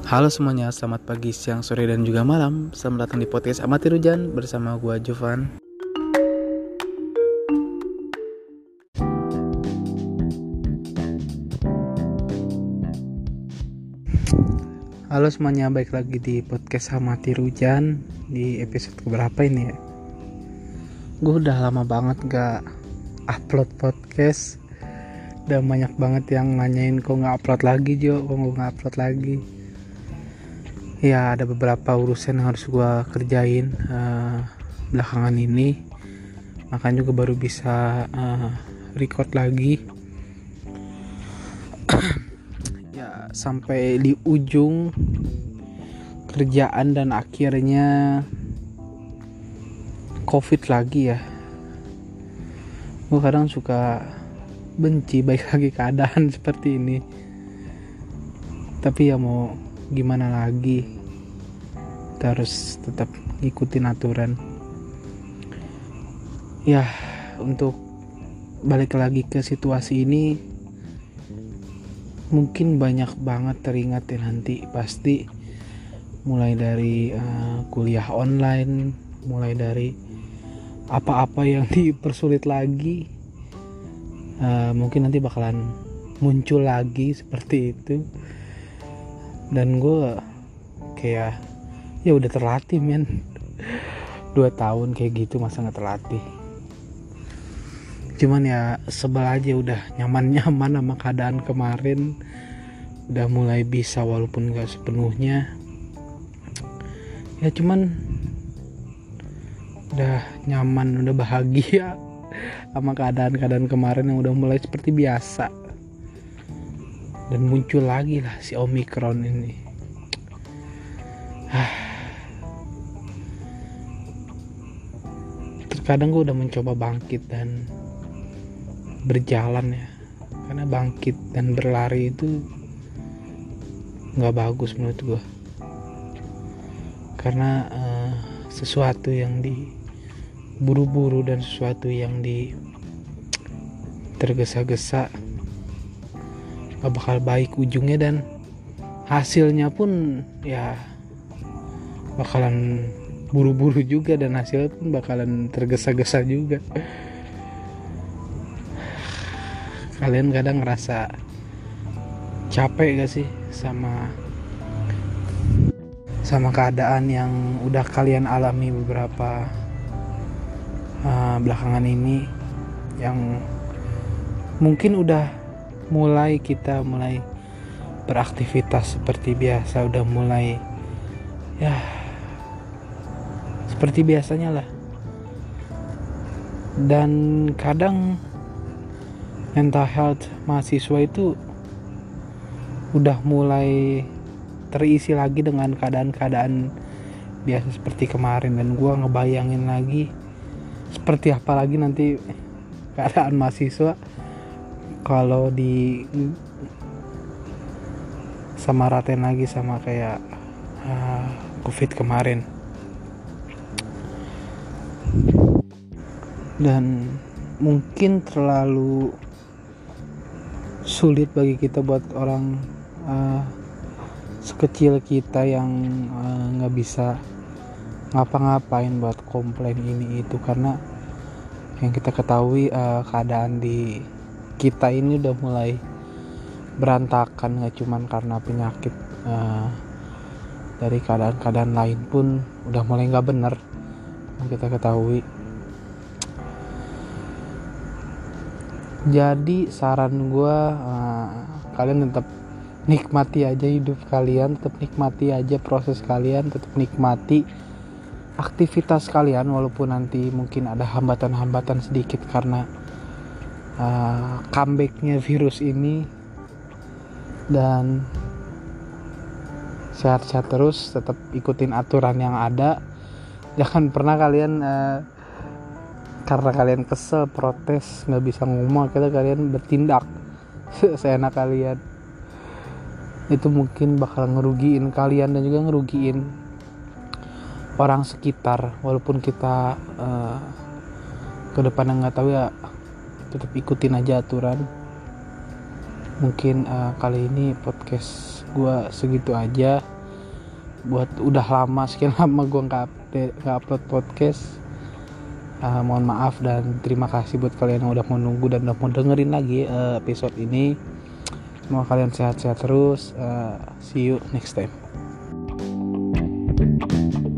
Halo semuanya, selamat pagi, siang, sore, dan juga malam. Selamat datang di podcast Amatir Hujan bersama gua Jovan. Halo semuanya, balik lagi di podcast Amatir Hujan. Di episode keberapa ini ya? Gue udah lama banget gak upload podcast. Udah banyak banget yang nanyain kok gak upload lagi Jo, kok gak upload lagi. Ya ada beberapa urusan yang harus gue kerjain belakangan ini, makanya juga baru bisa record lagi. Ya sampai di ujung kerjaan dan akhirnya COVID lagi ya. Gue kadang suka benci baik lagi keadaan seperti ini, tapi ya mau gimana lagi, kita harus tetap ngikutin aturan ya. Untuk balik lagi ke situasi ini, mungkin banyak banget teringat ya nanti pasti, mulai dari kuliah online, mulai dari apa-apa yang dipersulit lagi, mungkin nanti bakalan muncul lagi seperti itu. Dan gue kayak ya udah terlatih men 2 tahun kayak gitu, masa gak terlatih. Cuman ya sebel aja, udah nyaman-nyaman sama keadaan kemarin, udah mulai bisa walaupun gak sepenuhnya ya, cuman udah nyaman, udah bahagia sama keadaan kemarin yang udah mulai seperti biasa. Dan muncul lagi lah si Omicron ini. Terkadang gue udah mencoba bangkit dan berjalan ya, karena bangkit dan berlari itu gak bagus menurut gue. Karena sesuatu yang diburu-buru dan sesuatu yang tergesa-gesa gak bakal baik ujungnya, dan hasilnya pun ya bakalan buru-buru juga, dan hasilnya pun bakalan tergesa-gesa juga. Kalian kadang ngerasa capek gak sih sama keadaan yang udah kalian alami beberapa belakangan ini, yang mungkin udah kita mulai beraktivitas seperti biasa, udah mulai ya seperti biasanya lah. Dan kadang mental health mahasiswa itu udah mulai terisi lagi dengan keadaan-keadaan biasa seperti kemarin, dan gue ngebayangin lagi seperti apa lagi nanti keadaan mahasiswa kalau disamaratain lagi sama kayak COVID kemarin. Dan mungkin terlalu sulit bagi kita, buat orang sekecil kita yang gak bisa ngapa-ngapain buat komplain ini itu, karena yang kita ketahui keadaan di kita ini udah mulai berantakan, gak cuman karena penyakit, dari keadaan-keadaan lain pun udah mulai gak bener yang kita ketahui. Jadi saran gue, kalian tetap nikmati aja hidup kalian, tetap nikmati aja proses kalian, tetap nikmati aktivitas kalian, walaupun nanti mungkin ada hambatan-hambatan sedikit karena comebacknya virus ini. Dan sehat-sehat terus, tetap ikutin aturan yang ada. Jangan pernah kalian karena kalian kesel, protes, gak bisa ngomong, akhirnya kalian bertindak seenak kalian. Itu mungkin bakal ngerugiin kalian dan juga ngerugiin orang sekitar. Walaupun kita ke depan yang gak tahu ya, tetap ikutin aja aturan. Mungkin kali ini podcast gue segitu aja. buat udah lama sekian lama gue nggak upload podcast. Mohon maaf dan terima kasih buat kalian yang udah mau nunggu dan udah mau dengerin lagi episode ini. Semoga kalian sehat-sehat terus. See you next time.